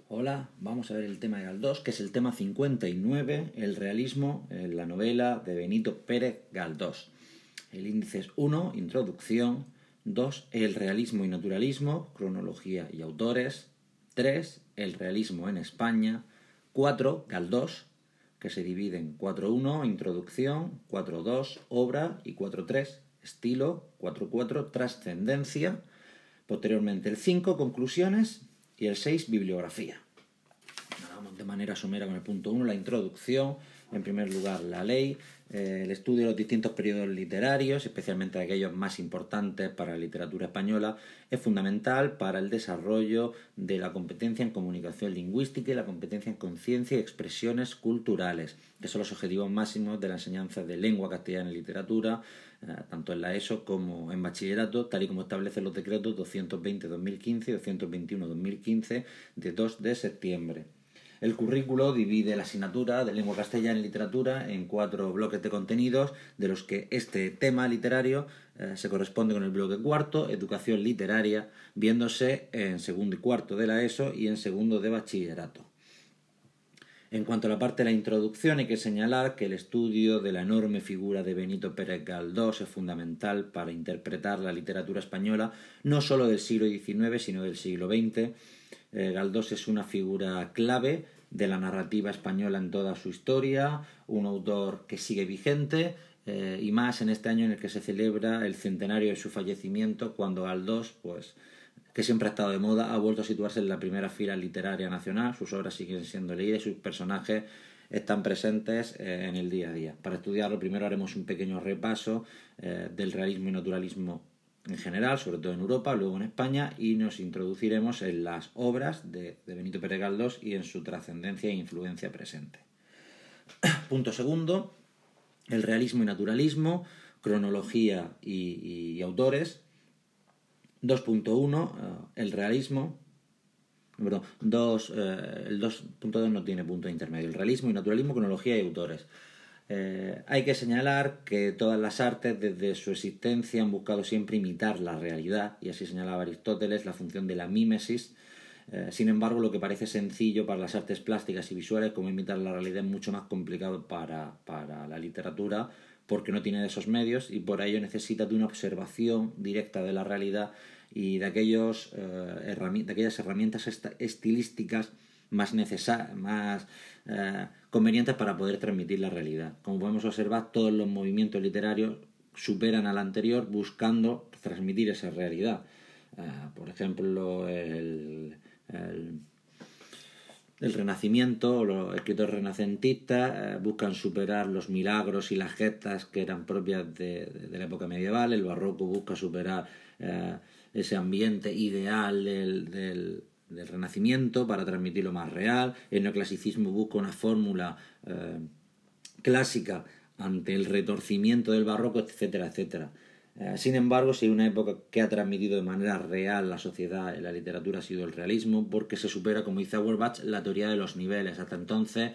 Hola, vamos a ver el tema de Galdós, que es el tema 59, el realismo en la novela de Benito Pérez Galdós. El índice es 1, introducción; 2, el realismo y naturalismo, cronología y autores; 3, el realismo en España; 4, Galdós, que se divide en 4.1, introducción; 4.2, obra; y 4.3, estilo; 4.4, trascendencia; posteriormente el 5, conclusiones; y el 6, bibliografía. Vamos de manera somera con el punto 1, la introducción. En primer lugar, la ley, el estudio de los distintos periodos literarios, especialmente aquellos más importantes para la literatura española, es fundamental para el desarrollo de la competencia en comunicación lingüística y la competencia en conciencia y expresiones culturales, que son los objetivos máximos de la enseñanza de lengua castellana y literatura, tanto en la ESO como en bachillerato, tal y como establecen los decretos 220-2015 y 221-2015 de 2 de septiembre. El currículo divide la asignatura de lengua castellana y literatura en 4 bloques de contenidos, de los que este tema literario se corresponde con el bloque cuarto, educación literaria, viéndose en segundo y cuarto de la ESO y en segundo de bachillerato. En cuanto a la parte de la introducción, hay que señalar que el estudio de la enorme figura de Benito Pérez Galdós es fundamental para interpretar la literatura española, no solo del siglo XIX, sino del siglo XX. Galdós es una figura clave de la narrativa española en toda su historia, un autor que sigue vigente, y más en este año en el que se celebra el centenario de su fallecimiento, cuando Galdós, que siempre ha estado de moda, ha vuelto a situarse en la primera fila literaria nacional. Sus obras siguen siendo leídas y sus personajes están presentes en el día a día. Para estudiarlo, primero haremos un pequeño repaso del realismo y naturalismo en general, sobre todo en Europa, luego en España, y nos introduciremos en las obras de Benito Pérez Galdós y en su trascendencia e influencia presente. Punto segundo, el realismo y naturalismo, cronología y autores. 2.1, el realismo. Perdón, el 2.2 no tiene punto intermedio. El realismo y naturalismo, cronología y autores. Hay que señalar que todas las artes desde su existencia han buscado siempre imitar la realidad, y así señalaba Aristóteles la función de la mímesis. Sin embargo, lo que parece sencillo para las artes plásticas y visuales, como imitar la realidad, es mucho más complicado para la literatura, porque no tiene esos medios y por ello necesita de una observación directa de la realidad y de aquellas herramientas estilísticas más convenientes para poder transmitir la realidad. Como podemos observar, todos los movimientos literarios superan al anterior buscando transmitir esa realidad. Por ejemplo, el Renacimiento, los escritores renacentistas buscan superar los milagros y las gestas que eran propias de la época medieval. El barroco busca superar ese ambiente ideal del Renacimiento para transmitirlo más real. El neoclasicismo busca una fórmula clásica ante el retorcimiento del barroco, etcétera, etcétera. Sin embargo, si hay una época que ha transmitido de manera real la sociedad en la literatura, ha sido el realismo, porque se supera, como dice Auerbach, la teoría de los niveles. Hasta entonces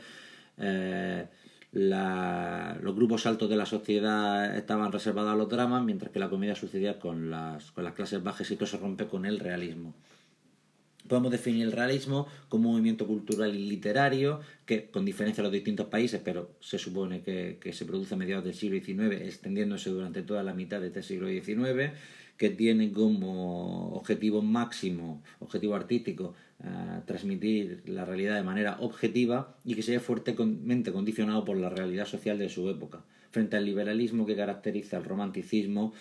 los grupos altos de la sociedad estaban reservados a los dramas, mientras que la comedia sucedía con las clases bajas, y todo se rompe con el realismo. Podemos definir el realismo como un movimiento cultural y literario que, con diferencia a los distintos países, pero se supone que se produce a mediados del siglo XIX, extendiéndose durante toda la mitad de este siglo XIX, que tiene como objetivo máximo, objetivo artístico, transmitir la realidad de manera objetiva, y que se ve fuertemente condicionado por la realidad social de su época. Frente al liberalismo que caracteriza el romanticismo,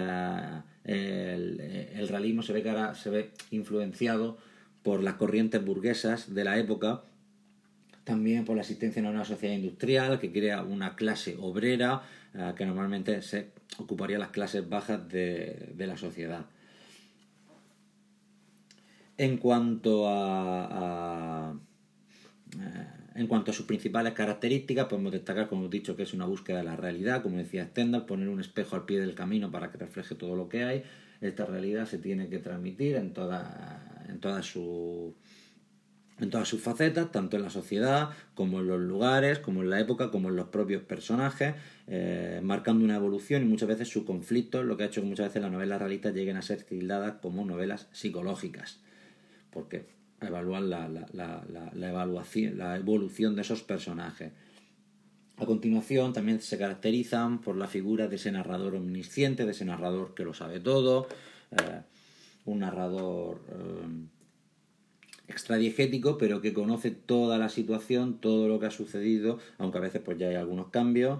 el realismo se ve influenciado por las corrientes burguesas de la época, también por la existencia de una nueva sociedad industrial que crea una clase obrera que normalmente se ocuparía las clases bajas de la sociedad. En cuanto a sus principales características, podemos destacar, como he dicho, que es una búsqueda de la realidad, como decía Stendhal, poner un espejo al pie del camino para que refleje todo lo que hay. Esta realidad se tiene que transmitir en todas sus facetas, tanto en la sociedad como en los lugares, como en la época, como en los propios personajes, marcando una evolución y muchas veces su conflicto, lo que ha hecho que muchas veces las novelas realistas lleguen a ser tildadas como novelas psicológicas, porque evaluar la evolución de esos personajes. A continuación también se caracterizan por la figura de ese narrador omnisciente, de ese narrador que lo sabe todo, un narrador extradiegético, pero que conoce toda la situación, todo lo que ha sucedido, aunque a veces pues ya hay algunos cambios.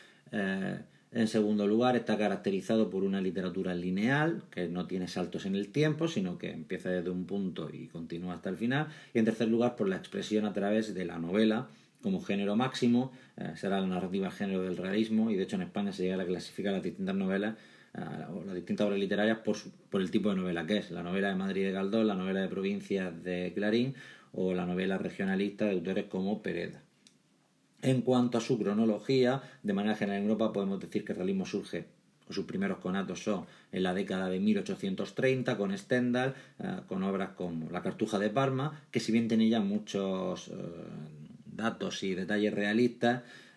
En segundo lugar, está caracterizado por una literatura lineal, que no tiene saltos en el tiempo, sino que empieza desde un punto y continúa hasta el final. Y en tercer lugar, por la expresión a través de la novela como género máximo, será la narrativa género del realismo, y de hecho en España se llega a clasificar las distintas novelas o las distintas obras literarias por el tipo de novela que es: la novela de Madrid de Galdós, la novela de provincias de Clarín o la novela regionalista de autores como Pereda. En cuanto a su cronología, de manera general en Europa podemos decir que el realismo surge, o sus primeros conatos son en la década de 1830 con Stendhal, con obras como La Cartuja de Parma, que si bien tiene ya muchos datos y detalles realistas,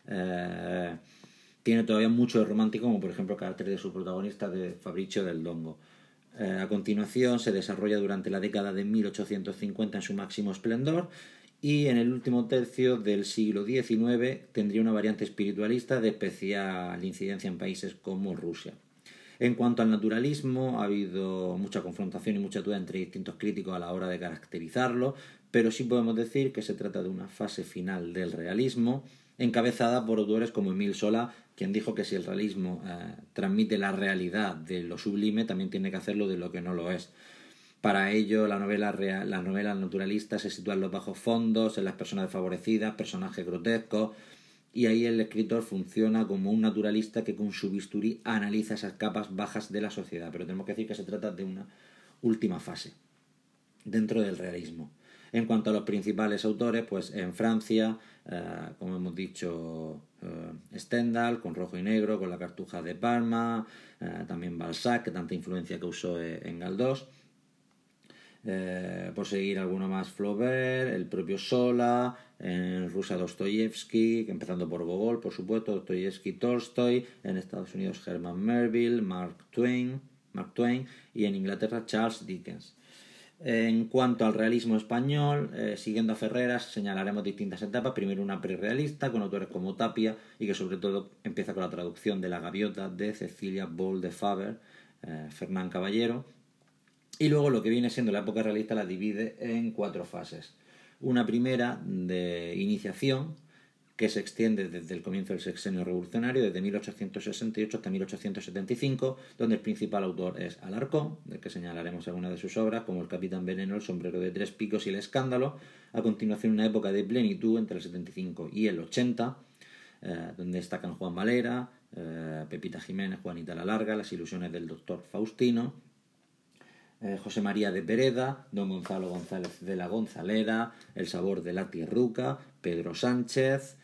tiene todavía mucho de romántico, como por ejemplo el carácter de su protagonista, de Fabricio del Dongo. A continuación se desarrolla durante la década de 1850 en su máximo esplendor, y en el último tercio del siglo XIX tendría una variante espiritualista de especial incidencia en países como Rusia. En cuanto al naturalismo, ha habido mucha confrontación y mucha duda entre distintos críticos a la hora de caracterizarlo, pero sí podemos decir que se trata de una fase final del realismo, encabezada por autores como Émile Zola, quien dijo que si el realismo transmite la realidad de lo sublime, también tiene que hacerlo de lo que no lo es. Para ello, las novelas naturalistas se sitúan en los bajos fondos, en las personas desfavorecidas, personajes grotescos, y ahí el escritor funciona como un naturalista que con su bisturí analiza esas capas bajas de la sociedad. Pero tenemos que decir que se trata de una última fase dentro del realismo. En cuanto a los principales autores, pues en Francia, como hemos dicho, Stendhal, con Rojo y Negro, con La Cartuja de Parma, también Balzac, que tanta influencia causó en Galdós. Por seguir alguno más, Flaubert, el propio Zola, en Rusia Dostoyevsky, empezando por Gogol, por supuesto, Dostoyevsky, Tolstoy, en Estados Unidos Herman Melville, Mark Twain, y en Inglaterra Charles Dickens. En cuanto al realismo español, siguiendo a Ferreras, señalaremos distintas etapas. Primero una prerrealista con autores como Tapia, y que sobre todo empieza con la traducción de La Gaviota de Cecilia Bol de Faber, Fernán Caballero. Y luego lo que viene siendo la época realista la divide en 4 fases. Una primera de iniciación, que se extiende desde el comienzo del sexenio revolucionario, desde 1868 hasta 1875, donde el principal autor es Alarcón, del que señalaremos algunas de sus obras, como El Capitán Veneno, El Sombrero de 3 Picos y El Escándalo. A continuación, una época de plenitud entre el 75 y el 80, donde destacan Juan Valera, Pepita Jiménez, Juanita la Larga, Las ilusiones del doctor Faustino, José María de Pereda, Don Gonzalo González de la Gonzalera, El sabor de la tierruca, Pedro Sánchez,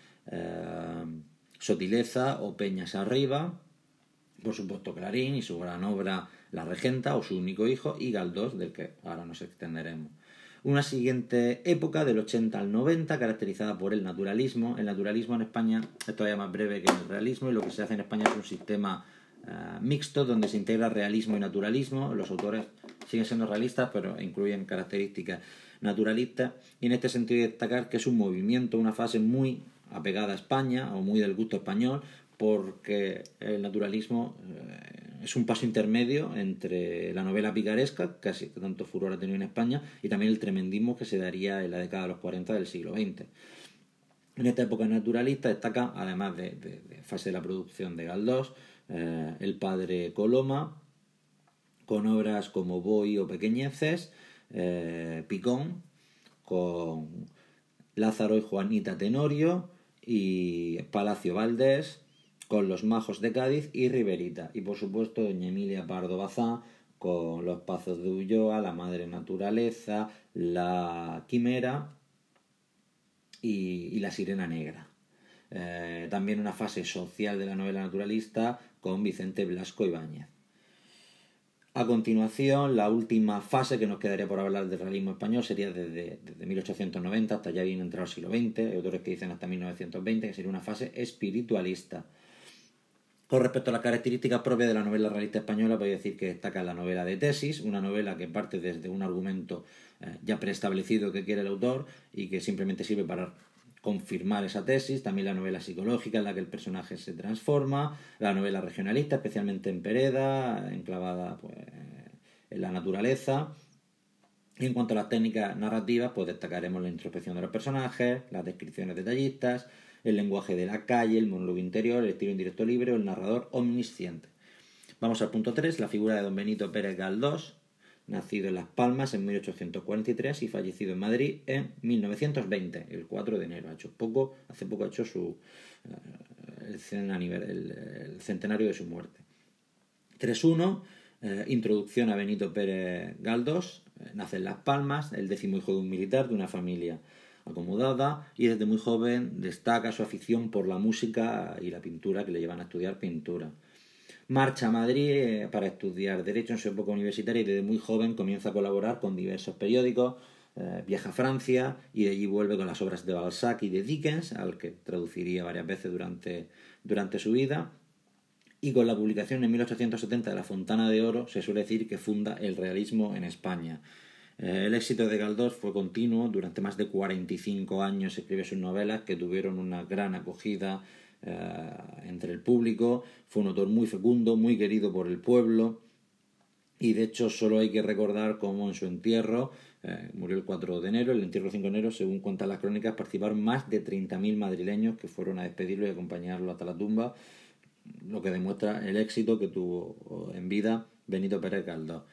Sotileza o Peñas Arriba, por supuesto Clarín y su gran obra La Regenta o Su único hijo, y Galdós, del que ahora nos extenderemos. Una siguiente época, del 80 al 90, caracterizada por el naturalismo. El naturalismo en España es todavía más breve que el realismo, y lo que se hace en España es un sistema mixto, donde se integra realismo y naturalismo. Los autores siguen siendo realistas, pero incluyen características naturalistas, y en este sentido hay que destacar que es un movimiento, una fase muy apegada a España, o muy del gusto español, porque el naturalismo es un paso intermedio entre la novela picaresca, casi que tanto furor ha tenido en España, y también el tremendismo que se daría en la década de los 40 del siglo XX. En esta época naturalista destaca, además de fase de la producción de Galdós, el padre Coloma, con obras como Boy o Pequeñeces, Picón, con Lázaro y Juanita Tenorio, y Palacio Valdés, con Los majos de Cádiz y Riberita, y por supuesto doña Emilia Pardo Bazán, con Los pazos de Ulloa, La madre naturaleza, La quimera y La sirena negra. También una fase social de la novela naturalista con Vicente Blasco Ibáñez. A continuación, la última fase que nos quedaría por hablar del realismo español sería desde 1890 hasta ya bien entrado el siglo XX, hay autores que dicen hasta 1920, que sería una fase espiritualista. Con respecto a las características propias de la novela realista española, podría decir que destaca la novela de tesis, una novela que parte desde un argumento ya preestablecido que quiere el autor y que simplemente sirve para confirmar esa tesis. También la novela psicológica en la que el personaje se transforma, la novela regionalista, especialmente en Pereda, enclavada pues, en la naturaleza. Y en cuanto a las técnicas narrativas, pues destacaremos la introspección de los personajes, las descripciones detallistas, el lenguaje de la calle, el monólogo interior, el estilo indirecto libre o el narrador omnisciente. Vamos al punto 3, la figura de don Benito Pérez Galdós, nacido en Las Palmas en 1843 y fallecido en Madrid en 1920, el 4 de enero. Hace poco ha hecho el centenario de su muerte. 3.1, introducción a Benito Pérez Galdós. Nace en Las Palmas, el 10º hijo de un militar de una familia acomodada, y desde muy joven destaca su afición por la música y la pintura, que le llevan a estudiar pintura. Marcha a Madrid para estudiar Derecho en su época universitaria y desde muy joven comienza a colaborar con diversos periódicos, viaja a Francia y de allí vuelve con las obras de Balzac y de Dickens, al que traduciría varias veces durante su vida. Y con la publicación en 1870 de La Fontana de Oro se suele decir que funda el realismo en España. El éxito de Galdós fue continuo, durante más de 45 años escribe sus novelas que tuvieron una gran acogida entre el público. Fue un autor muy fecundo, muy querido por el pueblo, y de hecho solo hay que recordar cómo en su entierro, murió el 4 de enero, el entierro 5 de enero, según cuentan las crónicas, participaron más de 30.000 madrileños que fueron a despedirlo y acompañarlo hasta la tumba, lo que demuestra el éxito que tuvo en vida Benito Pérez Galdós.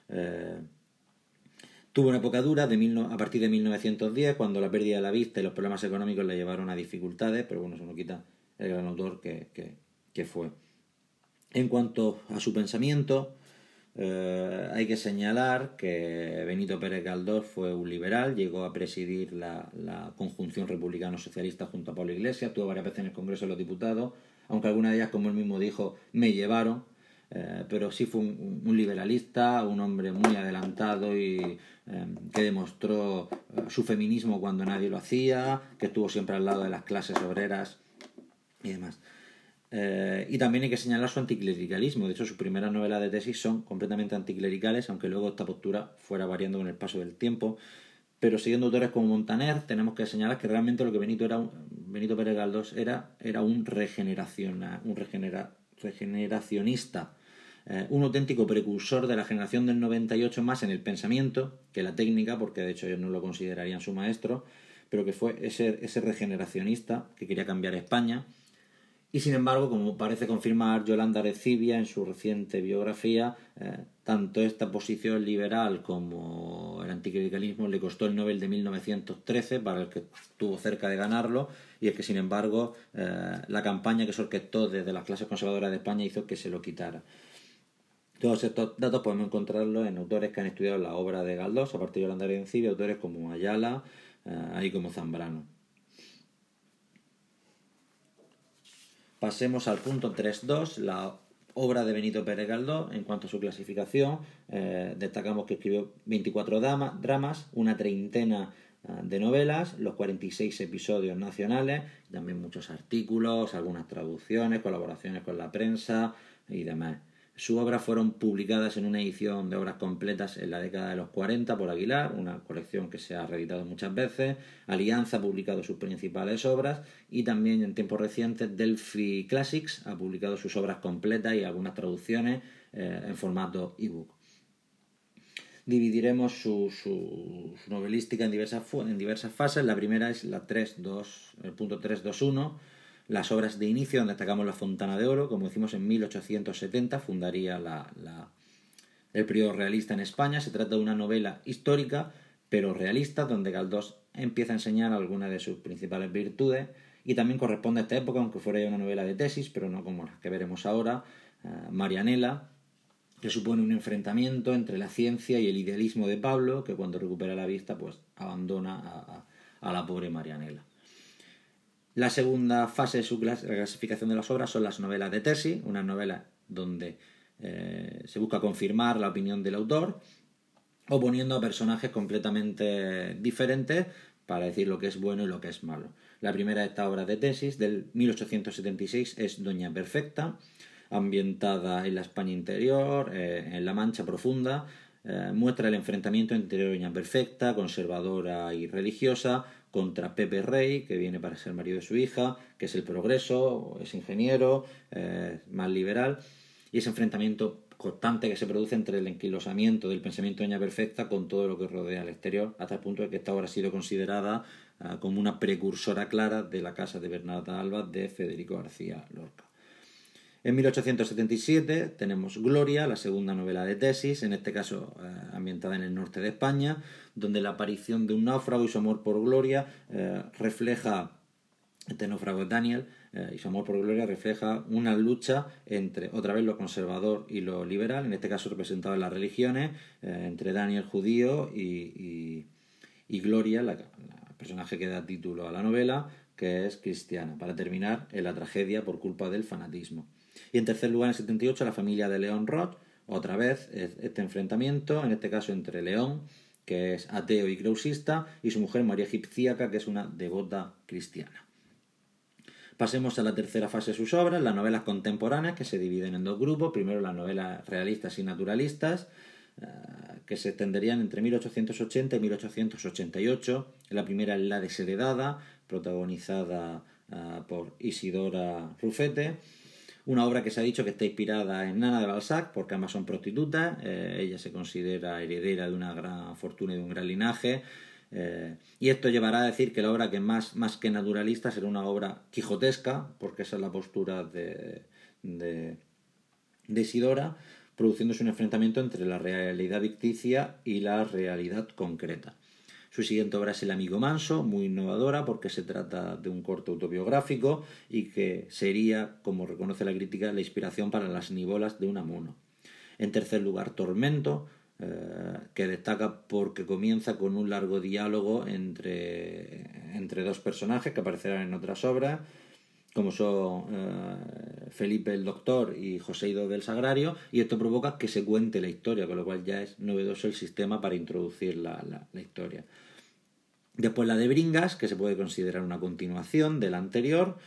Tuvo una época dura a partir de 1910, cuando la pérdida de la vista y los problemas económicos le llevaron a dificultades, pero bueno, eso no quita el gran autor que fue. En cuanto a su pensamiento, hay que señalar que Benito Pérez Galdós fue un liberal, llegó a presidir la conjunción republicano-socialista junto a Pablo Iglesias, tuvo varias veces en el Congreso de los Diputados, aunque algunas de ellas, como él mismo dijo, me llevaron, pero sí fue un liberalista, un hombre muy adelantado y que demostró su feminismo cuando nadie lo hacía, que estuvo siempre al lado de las clases obreras y demás. Y también hay que señalar su anticlericalismo. De hecho, sus primeras novelas de tesis son completamente anticlericales, aunque luego esta postura fuera variando con el paso del tiempo. Pero siguiendo autores como Montaner, tenemos que señalar que realmente lo que Benito Pérez Galdós era un regeneracionista, un auténtico precursor de la generación del 98, más en el pensamiento que la técnica, porque de hecho ellos no lo considerarían su maestro, pero que fue ese regeneracionista que quería cambiar España. Y sin embargo, como parece confirmar Yolanda Arecibia en su reciente biografía, tanto esta posición liberal como el anticlericalismo le costó el Nobel de 1913, para el que estuvo cerca de ganarlo, y el que sin embargo la campaña que se orquestó desde las clases conservadoras de España hizo que se lo quitara. Todos estos datos podemos encontrarlos en autores que han estudiado la obra de Galdós, a partir de Yolanda Arecibia, autores como Ayala y como Zambrano. Pasemos al punto 3.2, la obra de Benito Pérez Galdós. En cuanto a su clasificación, destacamos que escribió 24 dramas, una treintena de novelas, los 46 episodios nacionales, también muchos artículos, algunas traducciones, colaboraciones con la prensa y demás. Sus obras fueron publicadas en una edición de obras completas en la década de los 40 por Aguilar, una colección que se ha reeditado muchas veces. Alianza ha publicado sus principales obras y también en tiempos recientes Delphi Classics ha publicado sus obras completas y algunas traducciones en formato ebook. Dividiremos su novelística en diversas fases. La primera es el punto 3.2.1. Las obras de inicio, donde destacamos La Fontana de Oro, como decimos en 1870, fundaría el periodo realista en España. Se trata de una novela histórica, pero realista, donde Galdós empieza a enseñar algunas de sus principales virtudes, y también corresponde a esta época, aunque fuera ya una novela de tesis, pero no como las que veremos ahora, Marianela, que supone un enfrentamiento entre la ciencia y el idealismo de Pablo, que cuando recupera la vista, pues abandona a la pobre Marianela. La segunda fase de su clasificación de las obras son las novelas de tesis, unas novelas donde se busca confirmar la opinión del autor, oponiendo a personajes completamente diferentes para decir lo que es bueno y lo que es malo. La primera de estas obras de tesis, del 1876, es Doña Perfecta, ambientada en la España interior, en la Mancha Profunda, muestra el enfrentamiento entre Doña Perfecta, conservadora y religiosa, contra Pepe Rey, que viene para ser marido de su hija, que es el progreso, es ingeniero, más liberal, y ese enfrentamiento constante que se produce entre el enquilosamiento del pensamiento de Doña Perfecta con todo lo que rodea al exterior, hasta el punto de que esta obra ha sido considerada como una precursora clara de la casa de Bernarda Alba de Federico García Lorca. En 1877 tenemos Gloria, la segunda novela de tesis, en este caso ambientada en el norte de España, donde la aparición de un náufrago y su amor por Gloria refleja, este náufrago es Daniel, y su amor por Gloria refleja una lucha entre, otra vez, lo conservador y lo liberal, en este caso representado en las religiones, entre Daniel judío y Gloria, la personaje que da título a la novela, que es cristiana, para terminar en la tragedia por culpa del fanatismo. Y en tercer lugar, en el 78, la familia de León Roth, otra vez este enfrentamiento, en este caso entre León, que es ateo y creusista, y su mujer María Egipcíaca, que es una devota cristiana. Pasemos a la tercera fase de sus obras, las novelas contemporáneas, que se dividen en dos grupos. Primero las novelas realistas y naturalistas, que se extenderían entre 1880 y 1888. La primera es La desheredada, protagonizada por Isidora Rufete. Una obra que se ha dicho que está inspirada en Nana de Balzac, porque ambas son prostitutas. Ella se considera heredera de una gran fortuna y de un gran linaje. Y esto llevará a decir que la obra que más que naturalista será una obra quijotesca, porque esa es la postura de Isidora, produciéndose un enfrentamiento entre la realidad ficticia y la realidad concreta. Su siguiente obra es El amigo manso, muy innovadora porque se trata de un corto autobiográfico y que sería, como reconoce la crítica, la inspiración para Las nivolas de Unamuno. En tercer lugar, Tormento, que destaca porque comienza con un largo diálogo entre dos personajes que aparecerán en otras obras, como son Felipe el Doctor y Joséido del Sagrario, y esto provoca que se cuente la historia, con lo cual ya es novedoso el sistema para introducir la historia. Después la de Bringas, que se puede considerar una continuación de la anterior,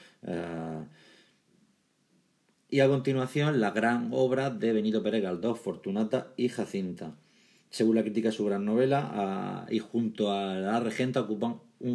y a continuación la gran obra de Benito Pérez Galdós, Fortunata y Jacinta. Según la crítica, su gran novela, y junto a La Regenta ocupan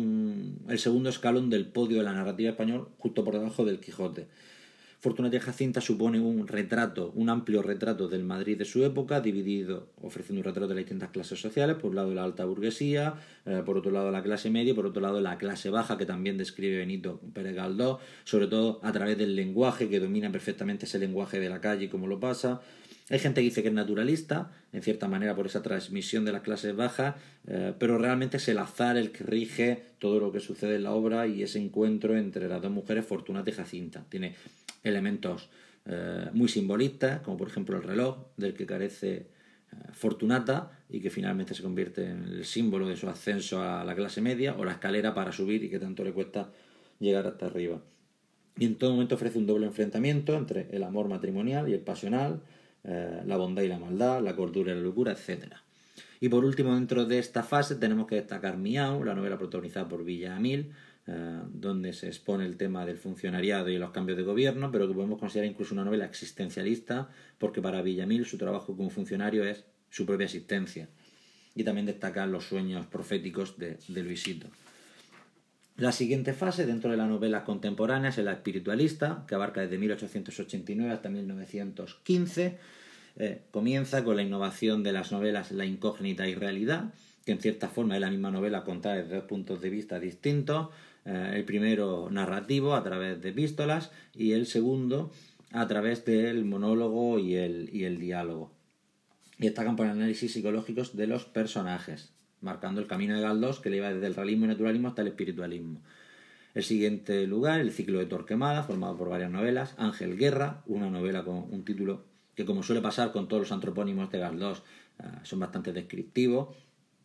el segundo escalón del podio de la narrativa española, justo por debajo del Quijote. Fortunata y Jacinta supone un amplio retrato del Madrid de su época, dividido, ofreciendo un retrato de las distintas clases sociales, por un lado la alta burguesía, por otro lado la clase media y por otro lado la clase baja, que también describe Benito Pérez Galdós, sobre todo a través del lenguaje, que domina perfectamente ese lenguaje de la calle y cómo lo pasa. Hay gente que dice que es naturalista, en cierta manera por esa transmisión de las clases bajas, pero realmente es el azar el que rige todo lo que sucede en la obra y ese encuentro entre las dos mujeres, Fortunata y Jacinta. Tiene elementos muy simbolistas, como por ejemplo el reloj del que carece Fortunata y que finalmente se convierte en el símbolo de su ascenso a la clase media, o la escalera para subir y que tanto le cuesta llegar hasta arriba. Y en todo momento ofrece un doble enfrentamiento entre el amor matrimonial y el pasional, la bondad y la maldad, la cordura y la locura, etc. Y por último, dentro de esta fase tenemos que destacar Miau, la novela protagonizada por Villamil, donde se expone el tema del funcionariado y los cambios de gobierno, pero que podemos considerar incluso una novela existencialista, porque para Villamil su trabajo como funcionario es su propia existencia. Y también destacan los sueños proféticos de Luisito. La siguiente fase dentro de las novelas contemporáneas es la espiritualista, que abarca desde 1889 hasta 1915. Comienza con la innovación de las novelas La incógnita y realidad, que en cierta forma es la misma novela contada desde dos puntos de vista distintos. El primero narrativo a través de epístolas y el segundo a través del monólogo y el diálogo. Y destacan por análisis psicológicos de los personajes, marcando el camino de Galdós, que le iba desde el realismo y naturalismo hasta el espiritualismo. El siguiente lugar, El ciclo de Torquemada, formado por varias novelas. Ángel Guerra, una novela con un título que, como suele pasar con todos los antropónimos de Galdós, son bastante descriptivos.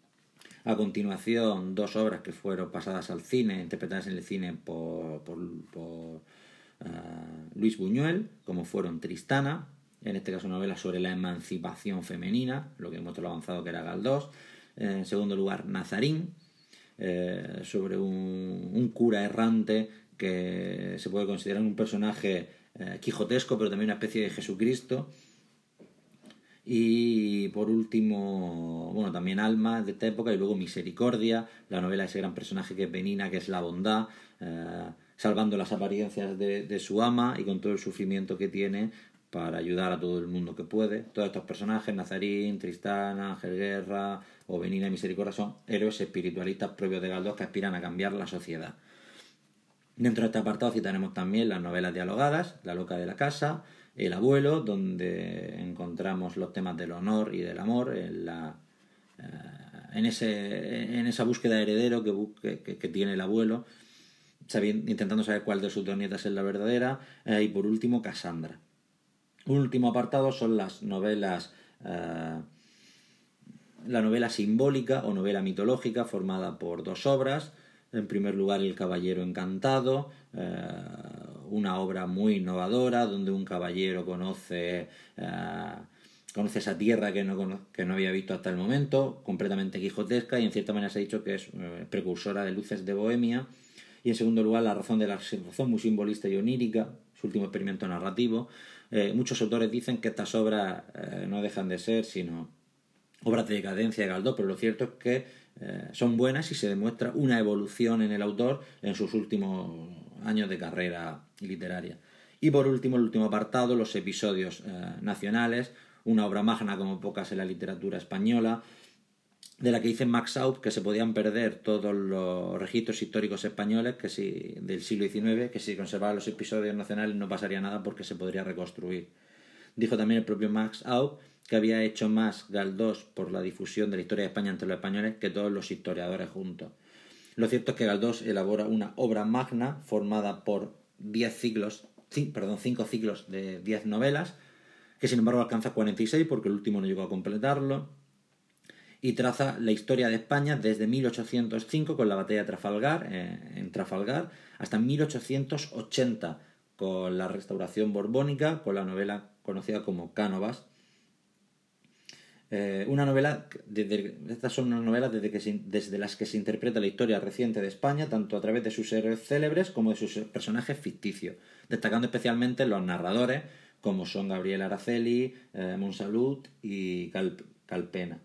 A continuación, dos obras que fueron pasadas al cine, interpretadas en el cine por Luis Buñuel, como fueron Tristana, en este caso novela sobre la emancipación femenina, lo que demuestra lo avanzado que era Galdós. En segundo lugar, Nazarín, sobre un cura errante que se puede considerar un personaje quijotesco, pero también una especie de Jesucristo. Y por último, bueno, también Alma de esta época, y luego Misericordia, la novela de ese gran personaje que es Benina, que es la bondad, salvando las apariencias de su ama y con todo el sufrimiento que tiene para ayudar a todo el mundo que puede. Todos estos personajes, Nazarín, Tristana, Ángel Guerra o Benina y Misericordia, son héroes espiritualistas propios de Galdós que aspiran a cambiar la sociedad. Dentro de este apartado citaremos también las novelas dialogadas, La loca de la casa, El abuelo, donde encontramos los temas del honor y del amor, en esa búsqueda de heredero que tiene el abuelo, intentando saber cuál de sus dos nietas es la verdadera, y por último Casandra. Un último apartado son las novelas, la novela simbólica o novela mitológica, formada por dos obras. En primer lugar, El caballero encantado, una obra muy innovadora donde un caballero conoce esa tierra que no había visto hasta el momento, completamente quijotesca, y en cierta manera se ha dicho que es precursora de Luces de Bohemia. Y en segundo lugar, La razón de la razón, muy simbolista y onírica, su último experimento narrativo. Muchos autores dicen que estas obras no dejan de ser sino obras de decadencia de Galdós, pero lo cierto es que son buenas y se demuestra una evolución en el autor en sus últimos años de carrera literaria. Y por último, el último apartado, los episodios nacionales, una obra magna como pocas en la literatura española, de la que dice Max Aub que se podían perder todos los registros históricos españoles del siglo XIX, que si conservaban los episodios nacionales no pasaría nada porque se podría reconstruir. Dijo también el propio Max Aub que había hecho más Galdós por la difusión de la historia de España entre los españoles que todos los historiadores juntos. Lo cierto es que Galdós elabora una obra magna formada por 5 ciclos de 10 novelas, que sin embargo alcanza 46 porque el último no llegó a completarlo, y traza la historia de España desde 1805 con la batalla de Trafalgar, en Trafalgar, hasta 1880 con la restauración borbónica, con la novela conocida como Cánovas. Estas son unas novelas desde las que se interpreta la historia reciente de España, tanto a través de sus héroes célebres como de sus personajes ficticios, destacando especialmente los narradores, como son Gabriel Araceli, Monsalud y Calpena.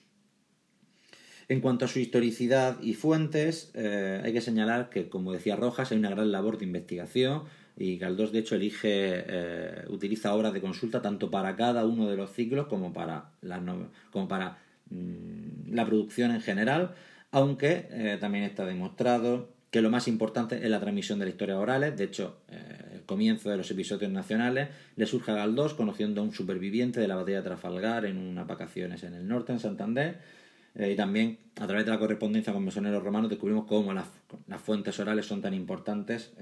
En cuanto a su historicidad y fuentes, hay que señalar que, como decía Rojas, hay una gran labor de investigación y Galdós, de hecho, utiliza obras de consulta tanto para cada uno de los ciclos como para la producción en general, aunque también está demostrado que lo más importante es la transmisión de las historias orales. De hecho, el comienzo de los episodios nacionales le surge a Galdós conociendo a un superviviente de la batalla de Trafalgar en unas vacaciones en el norte, en Santander. Y también a través de la correspondencia con mesoneros romanos descubrimos cómo las fuentes orales son tan importantes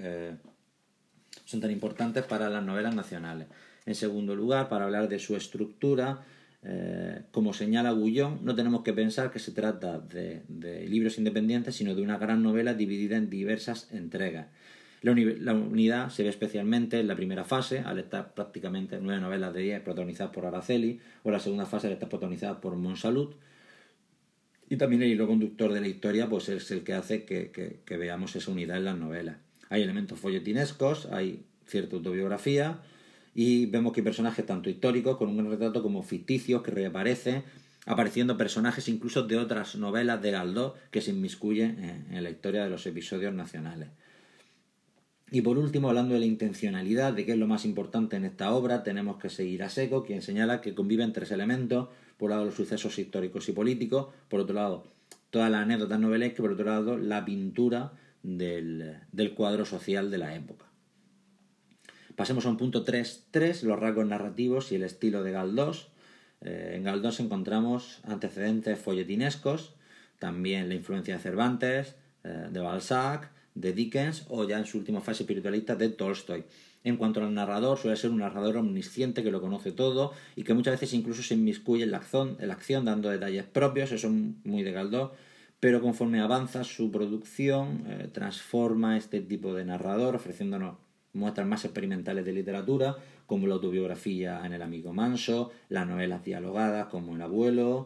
para las novelas nacionales. En segundo lugar, para hablar de su estructura, como señala Gullón, no tenemos que pensar que se trata de libros independientes, sino de una gran novela dividida en diversas entregas. La unidad se ve especialmente en la primera fase, al estar prácticamente 9 novelas de 10 protagonizadas por Araceli, o la segunda fase al estar protagonizada por Monsalud. Y también el hilo conductor de la historia pues es el que hace que veamos esa unidad en las novelas. Hay elementos folletinescos, hay cierta autobiografía y vemos que hay personajes tanto históricos con un gran retrato como ficticios que reaparecen, apareciendo personajes incluso de otras novelas de Galdós que se inmiscuyen en la historia de los episodios nacionales. Y por último, hablando de la intencionalidad, de qué es lo más importante en esta obra, tenemos que seguir a Seco, quien señala que conviven 3 elementos: por un lado los sucesos históricos y políticos, por otro lado todas las anécdotas novelescas, por otro lado la pintura del cuadro social de la época. Pasemos a un punto 3.3, los rasgos narrativos y el estilo de Galdós. En Galdós encontramos antecedentes folletinescos, también la influencia de Cervantes, de Balzac, de Dickens o ya en su última fase espiritualista de Tolstoy. En cuanto al narrador, suele ser un narrador omnisciente que lo conoce todo y que muchas veces incluso se inmiscuye en la acción dando detalles propios, eso es muy de Galdós, pero conforme avanza su producción transforma este tipo de narrador ofreciéndonos muestras más experimentales de literatura como la autobiografía en El amigo manso, las novelas dialogadas como El abuelo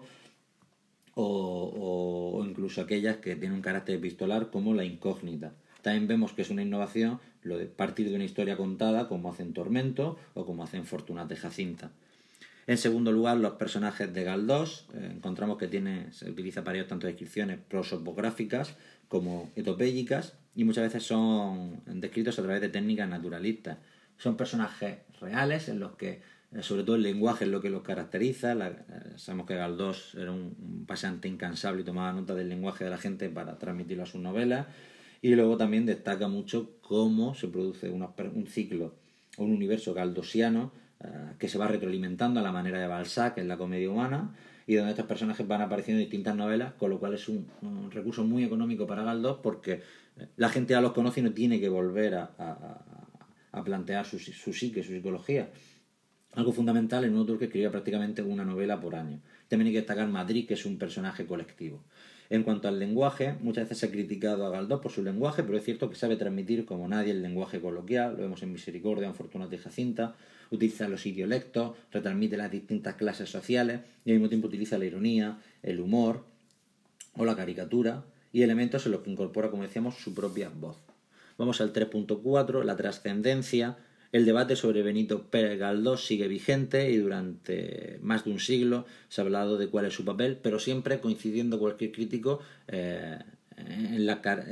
o incluso aquellas que tienen un carácter epistolar como La incógnita. También vemos que es una innovación lo de partir de una historia contada como hacen Tormento o como hacen Fortunata y Jacinta. En segundo lugar, los personajes de Galdós. Encontramos que se utiliza para ellos tanto descripciones prosopográficas como etopéyicas y muchas veces son descritos a través de técnicas naturalistas. Son personajes reales en los que, sobre todo el lenguaje es lo que los caracteriza. Sabemos que Galdós era un paseante incansable y tomaba nota del lenguaje de la gente para transmitirlo a sus novelas. Y luego también destaca mucho cómo se produce un ciclo o un universo galdosiano que se va retroalimentando a la manera de Balzac en la comedia humana, y donde estos personajes van apareciendo en distintas novelas, con lo cual es un recurso muy económico para Galdós, porque la gente ya los conoce y no tiene que volver a plantear su psique, su psicología. Algo fundamental en un autor que escribía prácticamente una novela por año. También hay que destacar Madrid, que es un personaje colectivo. En cuanto al lenguaje, muchas veces se ha criticado a Galdós por su lenguaje, pero es cierto que sabe transmitir como nadie el lenguaje coloquial. Lo vemos en Misericordia, en Fortunata y Jacinta. Utiliza los idiolectos, retransmite las distintas clases sociales y al mismo tiempo utiliza la ironía, el humor o la caricatura y elementos en los que incorpora, como decíamos, su propia voz. Vamos al 3.4, la trascendencia. El debate sobre Benito Pérez Galdós sigue vigente y durante más de un siglo se ha hablado de cuál es su papel, pero siempre coincidiendo cualquier crítico en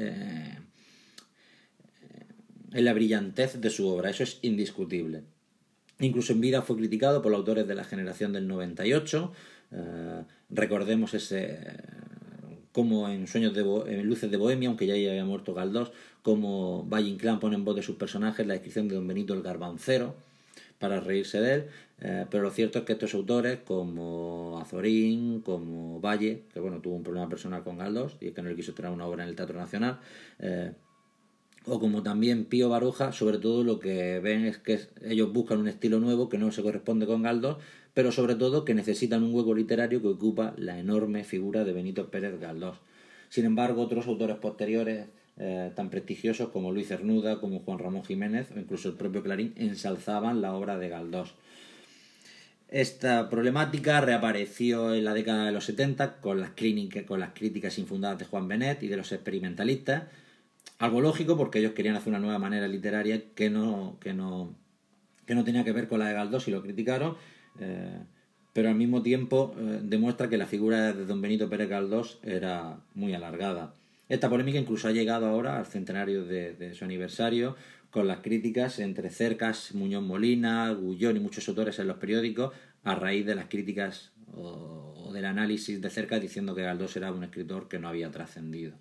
la brillantez de su obra. Eso es indiscutible. Incluso en vida fue criticado por los autores de la generación del 98. Recordemos como en en Luces de Bohemia, aunque ya había muerto Galdós, como Valle Inclán pone en voz de sus personajes la descripción de don Benito el Garbancero para reírse de él, pero lo cierto es que estos autores como Azorín, como Valle, que tuvo un problema personal con Galdós y es que no le quiso traer una obra en el Teatro Nacional, o como también Pío Baroja, sobre todo lo que ven es que ellos buscan un estilo nuevo que no se corresponde con Galdós, pero sobre todo que necesitan un hueco literario que ocupa la enorme figura de Benito Pérez Galdós. Sin embargo, otros autores posteriores tan prestigiosos como Luis Cernuda, como Juan Ramón Jiménez o incluso el propio Clarín ensalzaban la obra de Galdós. Esta problemática reapareció en la década de los 70 con las críticas infundadas de Juan Benet y de los experimentalistas. Algo lógico porque ellos querían hacer una nueva manera literaria que no tenía que ver con la de Galdós y lo criticaron, pero al mismo tiempo demuestra que la figura de don Benito Pérez Galdós era muy alargada. Esta polémica incluso ha llegado ahora al centenario de su aniversario, con las críticas entre Cercas, Muñoz Molina, Gullón y muchos autores en los periódicos, a raíz de las críticas o del análisis de Cercas diciendo que Galdós era un escritor que no había trascendido.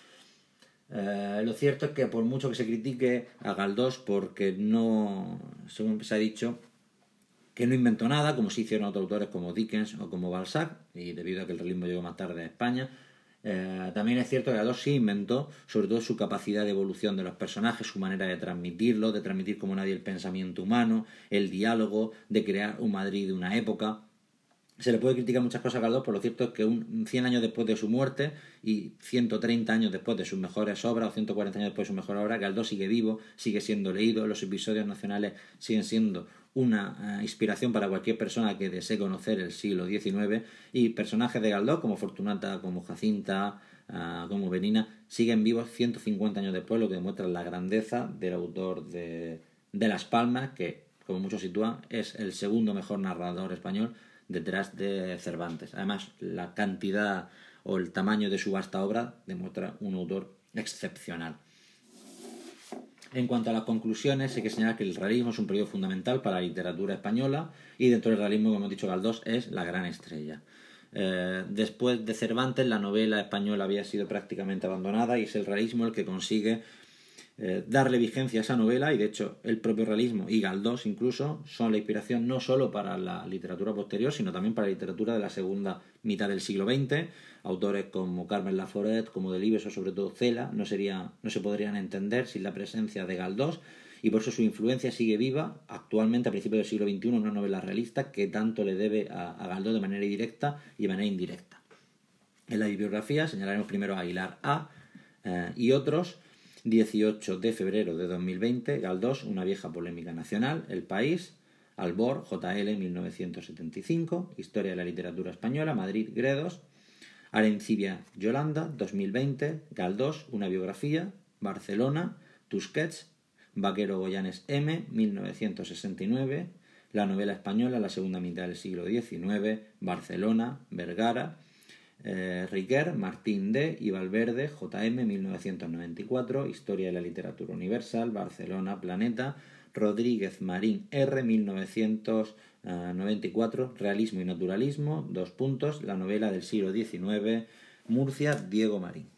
Lo cierto es que por mucho que se critique a Galdós porque no, según se ha dicho, que no inventó nada, como sí hicieron otros autores como Dickens o como Balzac, y debido a que el realismo llegó más tarde a España, también es cierto que Galdós sí inventó sobre todo su capacidad de evolución de los personajes, su manera de transmitirlo, de transmitir como nadie el pensamiento humano, el diálogo, de crear un Madrid de una época. Se le puede criticar muchas cosas a Galdós, pero lo cierto es que 100 años después de su muerte y 130 años después de sus mejores obras, o 140 años después de su mejor obra, Galdós sigue vivo, sigue siendo leído, los episodios nacionales siguen siendo una inspiración para cualquier persona que desee conocer el siglo XIX, y personajes de Galdós como Fortunata, como Jacinta, como Benina, siguen vivos 150 años después, lo que demuestra la grandeza del autor de Las Palmas, que, como muchos sitúan, es el segundo mejor narrador español detrás de Cervantes. Además, la cantidad o el tamaño de su vasta obra demuestra un autor excepcional. En cuanto a las conclusiones, hay que señalar que el realismo es un periodo fundamental para la literatura española y dentro del realismo, como hemos dicho, Galdós es la gran estrella. Después de Cervantes, la novela española había sido prácticamente abandonada y es el realismo el que consigue darle vigencia a esa novela, y de hecho el propio realismo y Galdós incluso son la inspiración no solo para la literatura posterior, sino también para la literatura de la segunda mitad del siglo XX. Autores como Carmen Laforet, como Delibes o sobre todo Cela no se podrían entender sin la presencia de Galdós, y por eso su influencia sigue viva actualmente a principios del siglo XXI en una novela realista que tanto le debe a Galdós de manera directa y de manera indirecta. En la bibliografía señalaremos primero a Aguilar A. Y otros. 18 de febrero de 2020, Galdós, una vieja polémica nacional, El País, Albor, JL, 1975, Historia de la literatura española, Madrid, Gredos, Arencibia, Yolanda, 2020, Galdós, una biografía, Barcelona, Tusquets, Vaquero Goyanes M, 1969, la novela española, la segunda mitad del siglo XIX, Barcelona, Vergara, Riquer, Martín D. y Valverde, J.M., 1994, Historia de la literatura universal, Barcelona, Planeta, Rodríguez Marín R., 1994, Realismo y naturalismo, la novela del siglo XIX, Murcia, Diego Marín.